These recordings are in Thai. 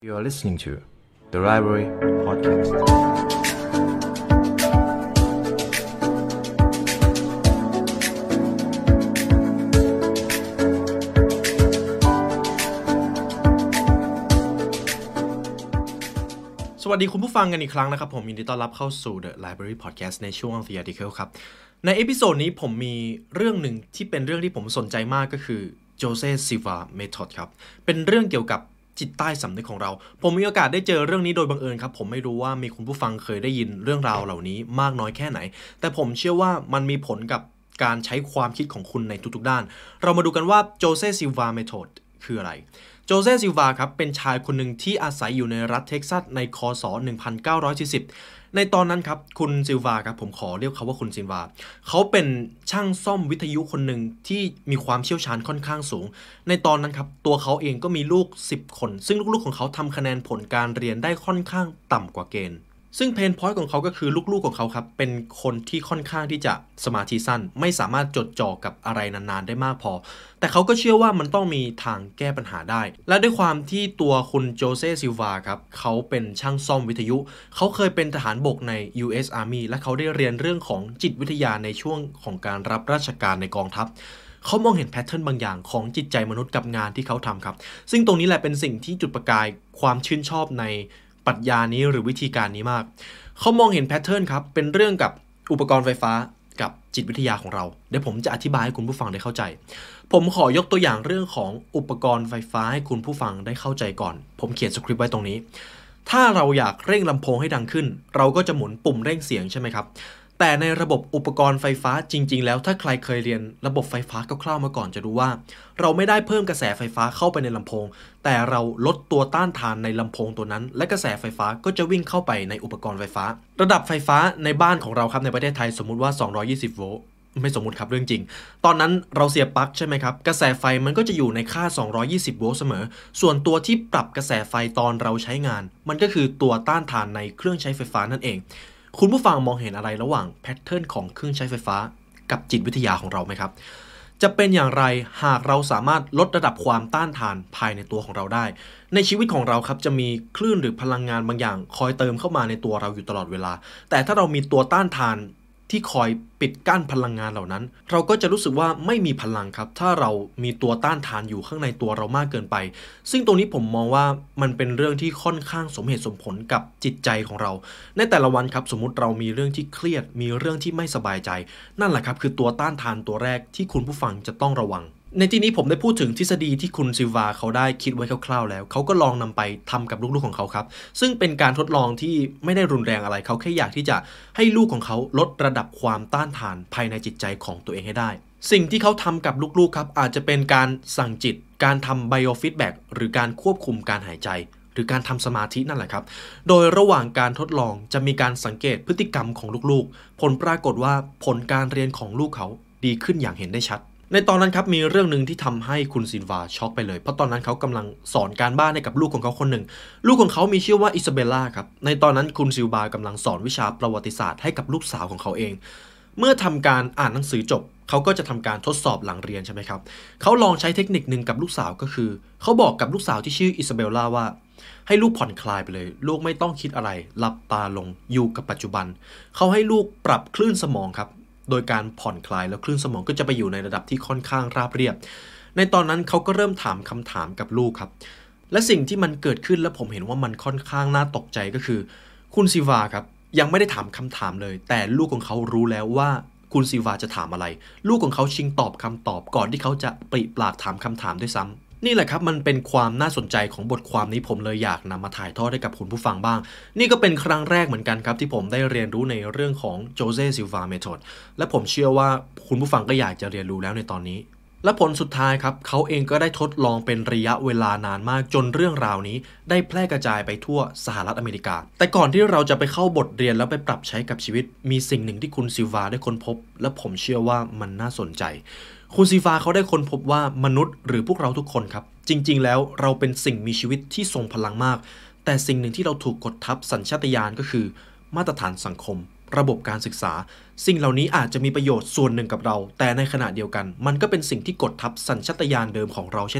You are listening to The Library Podcast. สวัสดีคุณผู้ฟังกันอีกครั้งนะครับผมยินดีต้อนรับเข้าสู่ The Library Podcast ในช่วง The Article ครับในเอพิโซดนี้ผมมีเรื่องหนึ่งที่เป็นเรื่องที่ผมสนใจมากก็คือ Jose Silva Method ครับเป็นเรื่องเกี่ยวกับจิตใต้สำนึกของเราผมมีโอกาสได้เจอเรื่องนี้โดยบังเอิญครับผมไม่รู้ว่ามีคุณผู้ฟังเคยได้ยินเรื่องราวเหล่านี้มากน้อยแค่ไหนแต่ผมเชื่อว่ามันมีผลกับการใช้ความคิดของคุณในทุกๆด้านเรามาดูกันว่า Jose Silva Method คืออะไรโจเซซิลวาครับเป็นชายคนหนึ่งที่อาศัยอยู่ในรัฐเท็กซัสในค.ศ. 1940ในตอนนั้นครับคุณซิลวาครับผมขอเรียกเขาว่าคุณซิลวาเขาเป็นช่างซ่อมวิทยุคนหนึ่งที่มีความเชี่ยวชาญค่อนข้างสูงในตอนนั้นครับตัวเขาเองก็มีลูก10คนซึ่งลูกๆของเขาทำคะแนนผลการเรียนได้ค่อนข้างต่ำกว่าเกณฑ์ซึ่งเพนพอยต์ของเขาก็คือลูกๆของเขาครับเป็นคนที่ค่อนข้างที่จะสมาธิสั้นไม่สามารถจดจ่อกับอะไรนานๆได้มากพอแต่เขาก็เชื่อว่ามันต้องมีทางแก้ปัญหาได้และด้วยความที่ตัวคุณโจเซซิลวาครับเขาเป็นช่างซ่อมวิทยุเขาเคยเป็นทหารบกใน US Army และเขาได้เรียนเรื่องของจิตวิทยาในช่วงของการรับราชการในกองทัพเขามองเห็นแพทเทิร์นบางอย่างของจิตใจมนุษย์กับงานที่เขาทำครับซึ่งตรงนี้แหละเป็นสิ่งที่จุดประกายความชื่นชอบในปรัชญานี้หรือวิธีการนี้มากเขามองเห็นแพทเทิร์นครับเป็นเรื่องกับอุปกรณ์ไฟฟ้ากับจิตวิทยาของเราเดี๋ยวผมจะอธิบายให้คุณผู้ฟังได้เข้าใจผมขอยกตัวอย่างเรื่องของอุปกรณ์ไฟฟ้าให้คุณผู้ฟังได้เข้าใจก่อนผมเขียนสคริปต์ไว้ตรงนี้ถ้าเราอยากเร่งลำโพงให้ดังขึ้นเราก็จะหมุนปุ่มเร่งเสียงใช่ไหมครับแต่ในระบบอุปกรณ์ไฟฟ้าจริงๆแล้วถ้าใครเคยเรียนระบบไฟฟ้าคร่าวๆมาก่อนจะรู้ว่าเราไม่ได้เพิ่มกระแสไฟฟ้าเข้าไปในลำโพงแต่เราลดตัวต้านทานในลำโพงตัวนั้นและกระแสไฟฟ้าก็จะวิ่งเข้าไปในอุปกรณ์ไฟฟ้าระดับไฟฟ้าในบ้านของเราครับในประเทศไทยสมมุติว่า220โวลต์ไม่สมมุติครับเรื่องจริงตอนนั้นเราเสียบปลั๊กใช่ไหมครับกระแสไฟมันก็จะอยู่ในค่า220โวลต์เสมอส่วนตัวที่ปรับกระแสไฟตอนเราใช้งานมันก็คือตัวต้านทานในเครื่องใช้ไฟฟ้านั่นเองคุณผู้ฟังมองเห็นอะไรระหว่างแพทเทิร์นของเครื่องใช้ไฟฟ้ากับจิตวิทยาของเราไหมครับจะเป็นอย่างไรหากเราสามารถลดระดับความต้านทานภายในตัวของเราได้ในชีวิตของเราครับจะมีคลื่นหรือพลังงานบางอย่างคอยเติมเข้ามาในตัวเราอยู่ตลอดเวลาแต่ถ้าเรามีตัวต้านทานที่คอยปิดกั้นพลังงานเหล่านั้นเราก็จะรู้สึกว่าไม่มีพลังครับถ้าเรามีตัวต้านทานอยู่ข้างในตัวเรามากเกินไปซึ่งตรงนี้ผมมองว่ามันเป็นเรื่องที่ค่อนข้างสมเหตุสมผลกับจิตใจของเราในแต่ละวันครับสมมุติเรามีเรื่องที่เครียดมีเรื่องที่ไม่สบายใจนั่นแหละครับคือตัวต้านทานตัวแรกที่คุณผู้ฟังจะต้องระวังในที่นี้ผมได้พูดถึงทฤษฎีที่คุณซิลวาเขาได้คิดไว้คร่าวๆแล้วเขาก็ลองนำไปทำกับลูกๆของเขาครับซึ่งเป็นการทดลองที่ไม่ได้รุนแรงอะไรเขาแค่อยากที่จะให้ลูกของเขาลดระดับความต้านทานภายในจิตใจของตัวเองให้ได้สิ่งที่เขาทำกับลูกๆครับอาจจะเป็นการสั่งจิตการทำ biofeedback หรือการควบคุมการหายใจหรือการทำสมาธินั่นแหละครับโดยระหว่างการทดลองจะมีการสังเกตพฤติกรรมของลูกๆผลปรากฏว่าผลการเรียนของลูกเขาดีขึ้นอย่างเห็นได้ชัดในตอนนั้นครับมีเรื่องหนึ่งที่ทำให้คุณซิลวาช็อกไปเลยเพราะตอนนั้นเขากำลังสอนการบ้านให้กับลูกของเขาคนหนึ่งลูกของเขามีชื่อว่าอิซาเบลล่าครับในตอนนั้นคุณซิลวากำลังสอนวิชาประวัติศาสตร์ให้กับลูกสาวของเขาเองเมื่อทำการอ่านหนังสือจบเขาก็จะทำการทดสอบหลังเรียนใช่ไหมครับเขาลองใช้เทคนิคนึงกับลูกสาวก็คือเขาบอกกับลูกสาวที่ชื่ออิซาเบลล่าว่าให้ลูกผ่อนคลายไปเลยลูกไม่ต้องคิดอะไรหลับตาลงอยู่กับปัจจุบันเขาให้ลูกปรับคลื่นสมองครับโดยการผ่อนคลายแล้วคลื่นสมองก็จะไปอยู่ในระดับที่ค่อนข้างราบเรียบในตอนนั้นเขาก็เริ่มถามคำถามกับลูกครับและสิ่งที่มันเกิดขึ้นและผมเห็นว่ามันค่อนข้างน่าตกใจก็คือคุณซิลวาครับยังไม่ได้ถามคำถามเลยแต่ลูกของเขารู้แล้วว่าคุณซิลวาจะถามอะไรลูกของเขาชิงตอบคำตอบก่อนที่เขาจะปริปากถามคำถามด้วยซ้ำนี่แหละครับมันเป็นความน่าสนใจของบทความนี้ผมเลยอยากนำมาถ่ายทอดให้กับคุณผู้ฟังบ้างนี่ก็เป็นครั้งแรกเหมือนกันครับที่ผมได้เรียนรู้ในเรื่องของโจเซซิลวาเมธอดและผมเชื่อว่าคุณผู้ฟังก็อยากจะเรียนรู้แล้วในตอนนี้และผลสุดท้ายครับเขาเองก็ได้ทดลองเป็นระยะเวลานานมากจนเรื่องราวนี้ได้แพร่กระจายไปทั่วสหรัฐอเมริกาแต่ก่อนที่เราจะไปเข้าบทเรียนแล้วไปปรับใช้กับชีวิตมีสิ่งหนึ่งที่คุณซิลวาได้ค้นพบและผมเชื่อว่ามันน่าสนใจคุณซิลวาเขาได้ค้นพบว่ามนุษย์หรือพวกเราทุกคนครับจริงๆแล้วเราเป็นสิ่งมีชีวิตที่ทรงพลังมากแต่สิ่งหนึ่งที่เราถูกกดทับสัญชาตญาณก็คือมาตรฐานสังคมระบบการศึกษาสิ่งเหล่านี้อาจจะมีประโยชน์ส่วนหนึ่งกับเราแต่ในขณะเดียวกันมันก็เป็นสิ่งที่กดทับสัญชาตญาณเดิมของเราเช่นกัน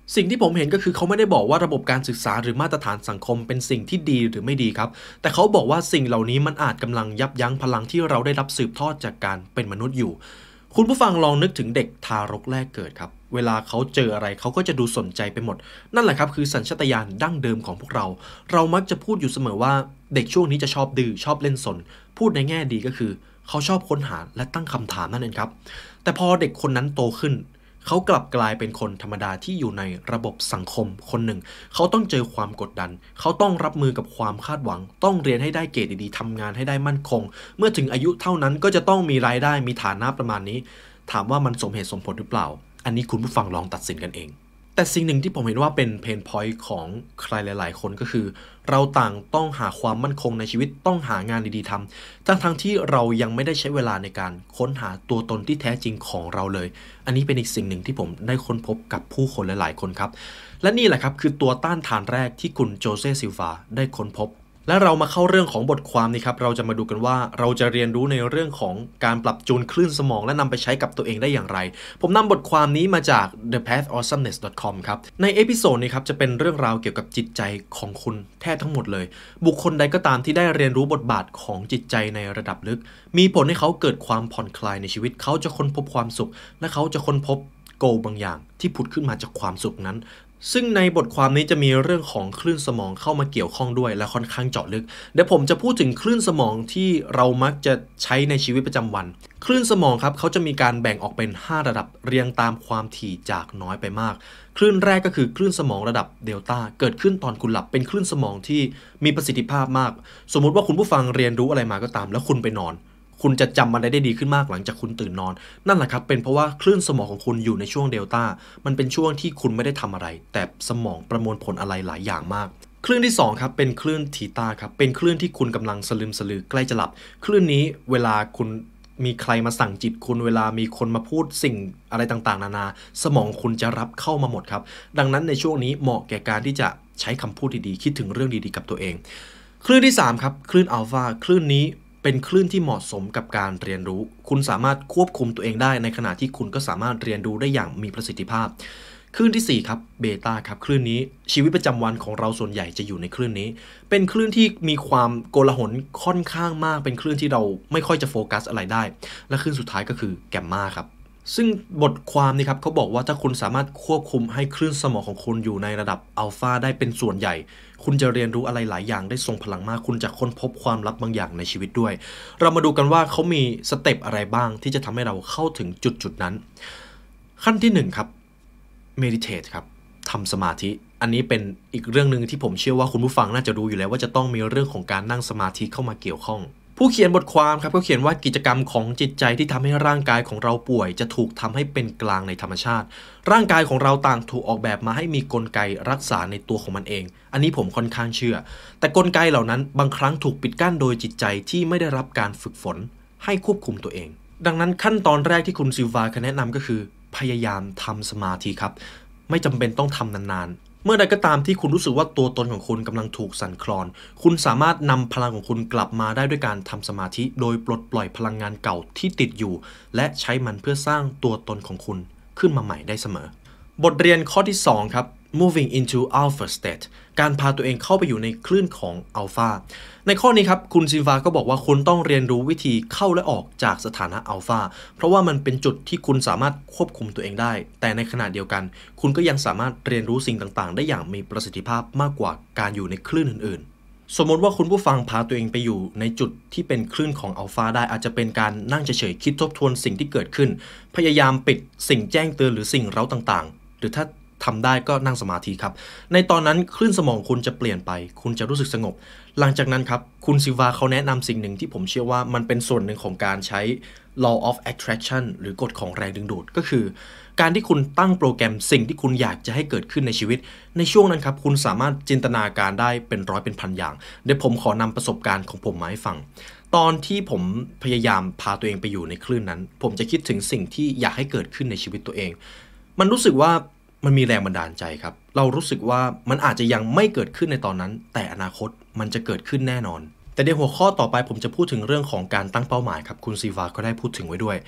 สิ่งที่ผมเห็นก็คือเขาไม่ได้บอกว่าระบบการศึกษาหรือมาตรฐานสังคมเป็นสิ่งที่ดีหรือไม่ดีครับแต่เขาบอกว่าสิ่งเหล่านี้มันอาจกำลังยับยั้งพลังที่เราได้รับสืบทอดจากการเป็นมนุษย์อยู่คุณผู้ฟังลองนึกถึงเด็กทารกแรกเกิดครับเวลาเขาเจออะไรเขาก็จะดูสนใจไปหมดนั่นแหละครับคือสัญชาตญาณดั้งเดิมของพวกเรามักจะพูดอยู่เสมอว่าเด็กช่วงนี้จะชอบดื้อชอบเล่นสนพูดในแง่ดีก็คือเขาชอบค้นหาและตั้งคำถามนั่นเองครับแต่พอเด็กคนนั้นโตขึ้นเขากลับกลายเป็นคนธรรมดาที่อยู่ในระบบสังคมคนหนึ่งเขาต้องเจอความกดดันเขาต้องรับมือกับความคาดหวังต้องเรียนให้ได้เกรดดีๆทำงานให้ได้มั่นคงเมื่อถึงอายุเท่านั้นก็จะต้องมีรายได้มีฐานะประมาณนี้ถามว่ามันสมเหตุสมผลหรือเปล่าอันนี้คุณผู้ฟังลองตัดสินกันเองแต่สิ่งหนึ่งที่ผมเห็นว่าเป็นเพนพอยต์ของใครหลายๆคนก็คือเราต่างต้องหาความมั่นคงในชีวิตต้องหางานดีๆทำทั้งที่เรายังไม่ได้ใช้เวลาในการค้นหาตัวตนที่แท้จริงของเราเลยอันนี้เป็นอีกสิ่งหนึ่งที่ผมได้ค้นพบกับผู้คนหลายๆคนครับและนี่แหละครับคือตัวต้านทานแรกที่คุณโจเซ่ซิลวาได้ค้นพบและเรามาเข้าเรื่องของบทความนี้ครับเราจะมาดูกันว่าเราจะเรียนรู้ในเรื่องของการปรับจูนคลื่นสมองและนำไปใช้กับตัวเองได้อย่างไรผมนำบทความนี้มาจาก thepathawesomeness.com ครับในเอพิโซดนี้ครับจะเป็นเรื่องราวเกี่ยวกับจิตใจของคุณแทบทั้งหมดเลยบุคคลใดก็ตามที่ได้เรียนรู้บทบาทของจิตใจในระดับลึกมีผลให้เขาเกิดความผ่อนคลายในชีวิตเขาจะค้นพบความสุขและเขาจะค้นพบโกลบางอย่างที่ผุดขึ้นมาจากความสุขนั้นซึ่งในบทความนี้จะมีเรื่องของคลื่นสมองเข้ามาเกี่ยวข้องด้วยและค่อนข้างเจาะลึกเดี๋ยวผมจะพูดถึงคลื่นสมองที่เรามักจะใช้ในชีวิตประจำวันคลื่นสมองครับเขาจะมีการแบ่งออกเป็น5ระดับเรียงตามความถี่จากน้อยไปมากคลื่นแรกก็คือคลื่นสมองระดับเดลต้าเกิดขึ้นตอนคุณหลับเป็นคลื่นสมองที่มีประสิทธิภาพมากสมมุติว่าคุณผู้ฟังเรียนรู้อะไรมาก็ตามแล้วคุณไปนอนคุณจะจำมันได้ดีขึ้นมากหลังจากคุณตื่นนอนนั่นแหละครับเป็นเพราะว่าคลื่นสมองของคุณอยู่ในช่วงเดลต้ามันเป็นช่วงที่คุณไม่ได้ทำอะไรแต่สมองประมวลผลอะไรหลายอย่างมากคลื่นที่2ครับเป็นคลื่นทีตาครับเป็นคลื่นที่คุณกำลังสลึมสลือใกล้จะหลับคลื่นนี้เวลาคุณมีใครมาสั่งจิตคุณเวลามีคนมาพูดสิ่งอะไรต่างๆนานาสมองคุณจะรับเข้ามาหมดครับดังนั้นในช่วงนี้เหมาะแก่การที่จะใช้คำพูดดีๆคิดถึงเรื่องดีๆกับตัวเองคลื่นที่3ครับคลื่นอัลฟาคลื่นนี้เป็นคลื่นที่เหมาะสมกับการเรียนรู้คุณสามารถควบคุมตัวเองได้ในขณะที่คุณก็สามารถเรียนรู้ได้อย่างมีประสิทธิภาพคลื่นที่4ครับเบต้าครับคลื่นนี้ชีวิตประจำวันของเราส่วนใหญ่จะอยู่ในคลื่นนี้เป็นคลื่นที่มีความโกลาหลค่อนข้างมากเป็นคลื่นที่เราไม่ค่อยจะโฟกัสอะไรได้และคลื่นสุดท้ายก็คือแกมมาครับซึ่งบทความนี้ครับเขาบอกว่าถ้าคุณสามารถควบคุมให้คลื่นสมองของคุณอยู่ในระดับอัลฟาได้เป็นส่วนใหญ่คุณจะเรียนรู้อะไรหลายอย่างได้ทรงพลังมากคุณจะค้นพบความลับบางอย่างในชีวิตด้วยเรามาดูกันว่าเขามีสเต็ปอะไรบ้างที่จะทำให้เราเข้าถึงจุดนั้นขั้นที่1ครับ meditate ครับทำสมาธิอันนี้เป็นอีกเรื่องนึงที่ผมเชื่อว่าคุณผู้ฟังน่าจะรู้อยู่แล้วว่าจะต้องมีเรื่องของการนั่งสมาธิเข้ามาเกี่ยวข้องผู้เขียนบทความครับเขาเขียนว่ากิจกรรมของจิตใจที่ทำให้ร่างกายของเราป่วยจะถูกทำให้เป็นกลางในธรรมชาติร่างกายของเราต่างถูกออกแบบมาให้มีกลไกรักษาในตัวของมันเองอันนี้ผมค่อนข้างเชื่อแต่กลไกเหล่านั้นบางครั้งถูกปิดกั้นโดยจิตใจที่ไม่ได้รับการฝึกฝนให้ควบคุมตัวเองดังนั้นขั้นตอนแรกที่คุณซิลวาแนะนำก็คือพยายามทำสมาธิครับไม่จำเป็นต้องทำนานๆเมื่อใดก็ตามที่คุณรู้สึกว่าตัวตนของคุณกำลังถูกสั่นคลอนคุณสามารถนำพลังของคุณกลับมาได้ด้วยการทำสมาธิโดยปลดปล่อยพลังงานเก่าที่ติดอยู่และใช้มันเพื่อสร้างตัวตนของคุณขึ้นมาใหม่ได้เสมอบทเรียนข้อที่2ครับ moving into alpha state การพาตัวเองเข้าไปอยู่ในคลื่นของอัลฟาในข้อนี้ครับคุณซิลวาก็บอกว่าคุณต้องเรียนรู้วิธีเข้าและออกจากสถานะอัลฟาเพราะว่ามันเป็นจุดที่คุณสามารถควบคุมตัวเองได้แต่ในขณะเดียวกันคุณก็ยังสามารถเรียนรู้สิ่งต่างๆได้อย่างมีประสิทธิภาพมากกว่าการอยู่ในคลื่นอื่นๆสมมติว่าคุณผู้ฟังพาตัวเองไปอยู่ในจุดที่เป็นคลื่นของอัลฟาได้อาจจะเป็นการนั่งเฉยๆคิดทบทวนสิ่งที่เกิดขึ้นพยายามปิดสิ่งแจ้งเตือนหรือสิ่งเร้าต่างๆหรือถ้าทำได้ก็นั่งสมาธิครับในตอนนั้นคลื่นสมองคุณจะเปลี่ยนไปคุณจะรู้สึกสงบหลังจากนั้นครับคุณซิลวาเขาแนะนำสิ่งหนึ่งที่ผมเชื่อว่ามันเป็นส่วนหนึ่งของการใช้ law of attraction หรือกฎของแรงดึงดูดก็คือการที่คุณตั้งโปรแกรมสิ่งที่คุณอยากจะให้เกิดขึ้นในชีวิตในช่วงนั้นครับคุณสามารถจินตนาการได้เป็นร้อยเป็นพันอย่างเดี๋ยวผมขอนำประสบการณ์ของผมมาให้ฟังตอนที่ผมพยายามพาตัวเองไปอยู่ในคลื่นนั้นผมจะคิดถึงสิ่งที่อยากให้เกิดขึ้นในชีวิตตัวเองมันรู้สึกว่ามันมีแรงบันดาลใจครับเรารู้สึกว่ามันอาจจะยังไม่เกิดขึ้นในตอนนั้นแต่อนาคตมันจะเกิดขึ้นแน่นอนแต่ในหัวข้อต่อไปผมจะพูดถึงเรื่องของการตั้งเป้าหมายครับคุณซิลวาก็ได้พูดถึงไว้ด้วย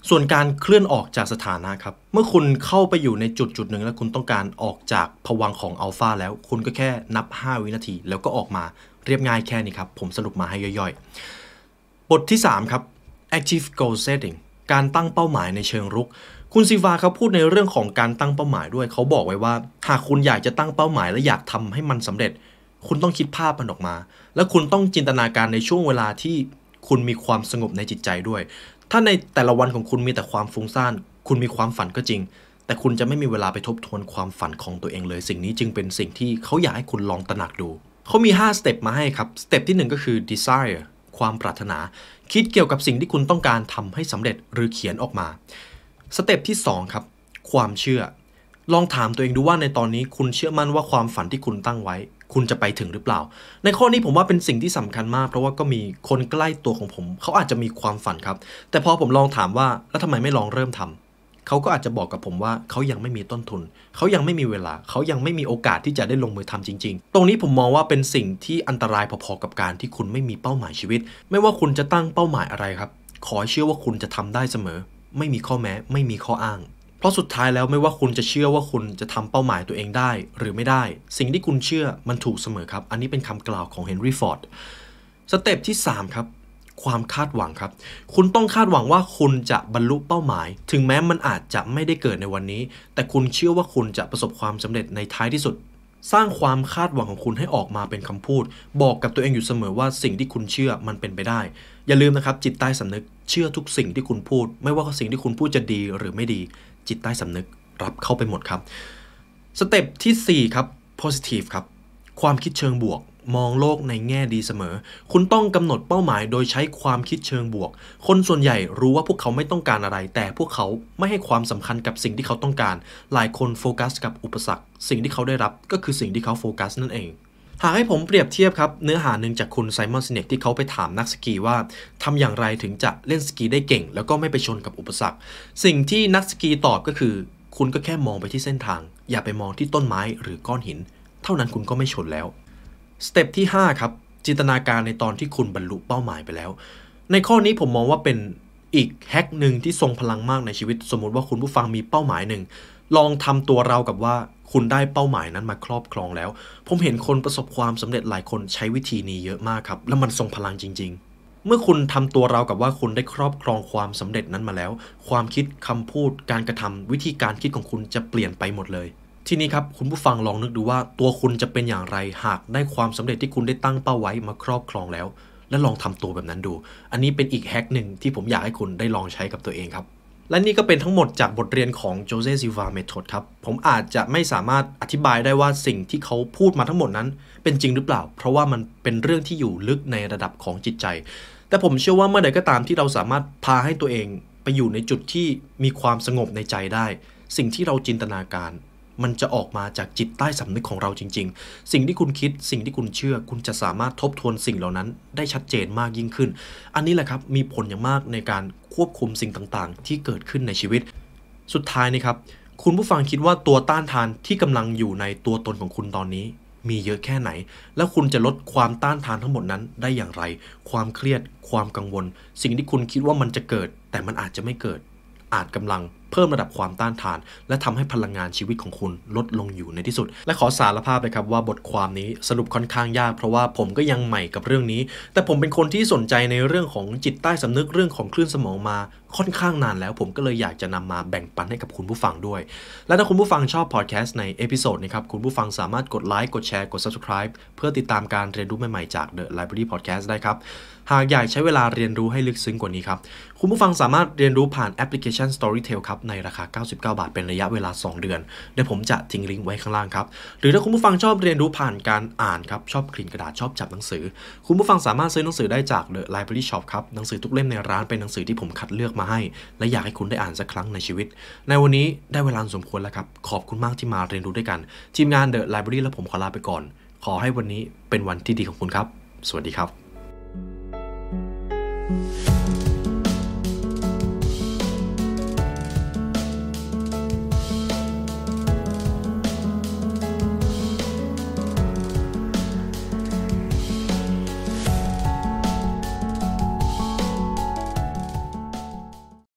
ส่วนการเคลื่อนออกจากสถานะครับเมื่อคุณเข้าไปอยู่ในจุดหนึ่งแล้วคุณต้องการออกจากภวังค์ของอัลฟาแล้วคุณก็แค่นับ5วินาทีแล้วก็ออกมาเรียบง่ายแค่นี้ครับผมสรุปมาให้ย่อยๆบทที่3ครับ active goal setting การตั้งเป้าหมายในเชิงรุกคุณซิวาเขาพูดในเรื่องของการตั้งเป้าหมายด้วยเขาบอกไว้ว่าหากคุณอยากจะตั้งเป้าหมายและอยากทำให้มันสำเร็จคุณต้องคิดภาพมันออกมาและคุณต้องจินตนาการในช่วงเวลาที่คุณมีความสงบในจิตใจด้วยถ้าในแต่ละวันของคุณมีแต่ความฟุ้งซ่านคุณมีความฝันก็จริงแต่คุณจะไม่มีเวลาไปทบทวนความฝันของตัวเองเลยสิ่งนี้จึงเป็นสิ่งที่เขาอยากให้คุณลองตระหนักดูเขามี5สเต็ปมาให้ครับสเต็ปที่1ก็คือ desire ความปรารถนาคิดเกี่ยวกับสิ่งที่คุณต้องการทำให้สำเร็จหรือเขียนออกมาสเต็ปที่2ครับความเชื่อลองถามตัวเองดูว่าในตอนนี้คุณเชื่อมั่นว่าความฝันที่คุณตั้งไว้คุณจะไปถึงหรือเปล่าในข้อนี้ผมว่าเป็นสิ่งที่สำคัญมากเพราะว่าก็มีคนใกล้ตัวของผมเขาอาจจะมีความฝันครับแต่พอผมลองถามว่าแล้วทำไมไม่ลองเริ่มทำเขาก็อาจจะบอกกับผมว่าเขายังไม่มีต้นทุนเขายังไม่มีเวลาเขายังไม่มีโอกาสที่จะได้ลงมือทำจริงๆตรงนี้ผมมองว่าเป็นสิ่งที่อันตรายพอๆกับการที่คุณไม่มีเป้าหมายชีวิตไม่ว่าคุณจะตั้งเป้าหมายอะไรครับขอให้เชื่อว่าคุณจะทำได้เสมอไม่มีข้อแม้ไม่มีข้ออ้างเพราะสุดท้ายแล้วไม่ว่าคุณจะเชื่อว่าคุณจะทำเป้าหมายตัวเองได้หรือไม่ได้สิ่งที่คุณเชื่อมันถูกเสมอครับอันนี้เป็นคำกล่าวของเฮนรี่ฟอร์ดสเต็ปที่3ครับความคาดหวังครับคุณต้องคาดหวังว่าคุณจะบรรลุเป้าหมายถึงแม้มันอาจจะไม่ได้เกิดในวันนี้แต่คุณเชื่อว่าคุณจะประสบความสำเร็จในท้ายที่สุดสร้างความคาดหวังของคุณให้ออกมาเป็นคำพูดบอกกับตัวเองอยู่เสมอว่าสิ่งที่คุณเชื่อมันเป็นไปได้อย่าลืมนะครับจิตใต้สำนึกเชื่อทุกสิ่งที่คุณพูดไม่ว่าสิ่งที่คุณพูดจะดีหรือไม่ดีจิตใต้สำนึกรับเข้าไปหมดครับสเต็ปที่4ครับ positive ครับความคิดเชิงบวกมองโลกในแง่ดีเสมอคุณต้องกำหนดเป้าหมายโดยใช้ความคิดเชิงบวกคนส่วนใหญ่รู้ว่าพวกเขาไม่ต้องการอะไรแต่พวกเขาไม่ให้ความสำคัญกับสิ่งที่เขาต้องการหลายคนโฟกัสกับอุปสรรคสิ่งที่เขาได้รับก็คือสิ่งที่เขาโฟกัสนั่นเองหากให้ผมเปรียบเทียบครับเนื้อหาหนึ่งจากคุณไซมอนซิเนกที่เขาไปถามนักสกีว่าทำอย่างไรถึงจะเล่นสกีได้เก่งแล้วก็ไม่ไปชนกับอุปสรรคสิ่งที่นักสกีตอบก็คือคุณก็แค่มองไปที่เส้นทางอย่าไปมองที่ต้นไม้หรือก้อนหินเท่านั้นคุณก็ไม่ชนแล้วสเต็ปที่5ครับจินตนาการในตอนที่คุณบรรลุเป้าหมายไปแล้วในข้อนี้ผมมองว่าเป็นอีกแฮกหนึ่งที่ทรงพลังมากในชีวิตสมมติว่าคุณผู้ฟังมีเป้าหมายหนึ่งลองทำตัวเรากับว่าคุณได้เป้าหมายนั้นมาครอบครองแล้วผมเห็นคนประสบความสำเร็จหลายคนใช้วิธีนี้เยอะมากครับแล้วมันทรงพลังจริงๆเมื่อคุณทำตัวเรากับว่าคุณได้ครอบครองความสำเร็จนั้นมาแล้วความคิดคำพูดการกระทำวิธีการคิดของคุณจะเปลี่ยนไปหมดเลยทีนี้ครับคุณผู้ฟังลองนึกดูว่าตัวคุณจะเป็นอย่างไรหากได้ความสำเร็จที่คุณได้ตั้งเป้าไว้มาครอบครองแล้วและลองทำตัวแบบนั้นดูอันนี้เป็นอีกแฮกหนึ่งที่ผมอยากให้คุณได้ลองใช้กับตัวเองครับและนี่ก็เป็นทั้งหมดจากบทเรียนของโจเซ่ซิลวาเมธอดครับผมอาจจะไม่สามารถอธิบายได้ว่าสิ่งที่เขาพูดมาทั้งหมดนั้นเป็นจริงหรือเปล่าเพราะว่ามันเป็นเรื่องที่อยู่ลึกในระดับของจิตใจแต่ผมเชื่อว่าเมื่อใดก็ตามที่เราสามารถพาให้ตัวเองไปอยู่ในจุดที่มีความสงบในใจได้สิ่งที่เราจินตนาการมันจะออกมาจากจิตใต้สำนึกของเราจริงๆสิ่งที่คุณคิดสิ่งที่คุณเชื่อคุณจะสามารถทบทวนสิ่งเหล่านั้นได้ชัดเจนมากยิ่งขึ้นอันนี้แหละครับมีผลอย่างมากในการควบคุมสิ่งต่างๆที่เกิดขึ้นในชีวิตสุดท้ายนี่ครับคุณผู้ฟังคิดว่าตัวต้านทานที่กำลังอยู่ในตัวตนของคุณตอนนี้มีเยอะแค่ไหนแล้วคุณจะลดความต้านทานทั้งหมดนั้นได้อย่างไรความเครียดความกังวลสิ่งที่คุณคิดว่ามันจะเกิดแต่มันอาจจะไม่เกิดอาจกำลังเพิ่มระดับความต้านทานและทำให้พลังงานชีวิตของคุณลดลงอยู่ในที่สุดและขอสารภาพเลยครับว่าบทความนี้สรุปค่อนข้างยากเพราะว่าผมก็ยังใหม่กับเรื่องนี้แต่ผมเป็นคนที่สนใจในเรื่องของจิตใต้สำนึกเรื่องของคลื่นสมองมาค่อนข้างนานแล้วผมก็เลยอยากจะนำมาแบ่งปันให้กับคุณผู้ฟังด้วยและถ้าคุณผู้ฟังชอบพอดแคสต์ในเอพิโซดนี้ครับคุณผู้ฟังสามารถกดไลค์กดแชร์กด Subscribe เพื่อติดตามการเรียนรู้ใหม่ๆจาก The Library Podcast ได้ครับหากอยากใช้เวลาเรียนรู้ให้ลึกซึ้งกว่านี้ครับคุณผู้ฟังสามารถเรียนรู้ผ่านแอปพลิเคชัน Storytel ครับในราคา99 บาทเป็นระยะเวลา2เดือนเดี๋ยวผมจะทิ้งลิงก์ไว้ข้างล่างครับหรือถ้าคุณผู้ฟังชอบเรียนรู้ผ่านการอ่านครับชอบคลีนกระดาษชอบจับหนังสือคุณผู้ฟังสามารถซื้อหนังสือได้จาก The Library Shop ครับหนังสือทุกเล่มในร้านเป็นหนังสือที่ผมคัดเลือกมาให้และอยากให้คุณได้อ่านสักครั้งในชีวิตในวันนี้ได้เวลาสมควรแล้วครับขอบคุณมากที่มาเรียนรู้ด้วยกันทีมงาน The Library และผมขอลาไปก่อนขอให้วันนี้เป็นวันที่ดีของคุณครับสวัสดีครับ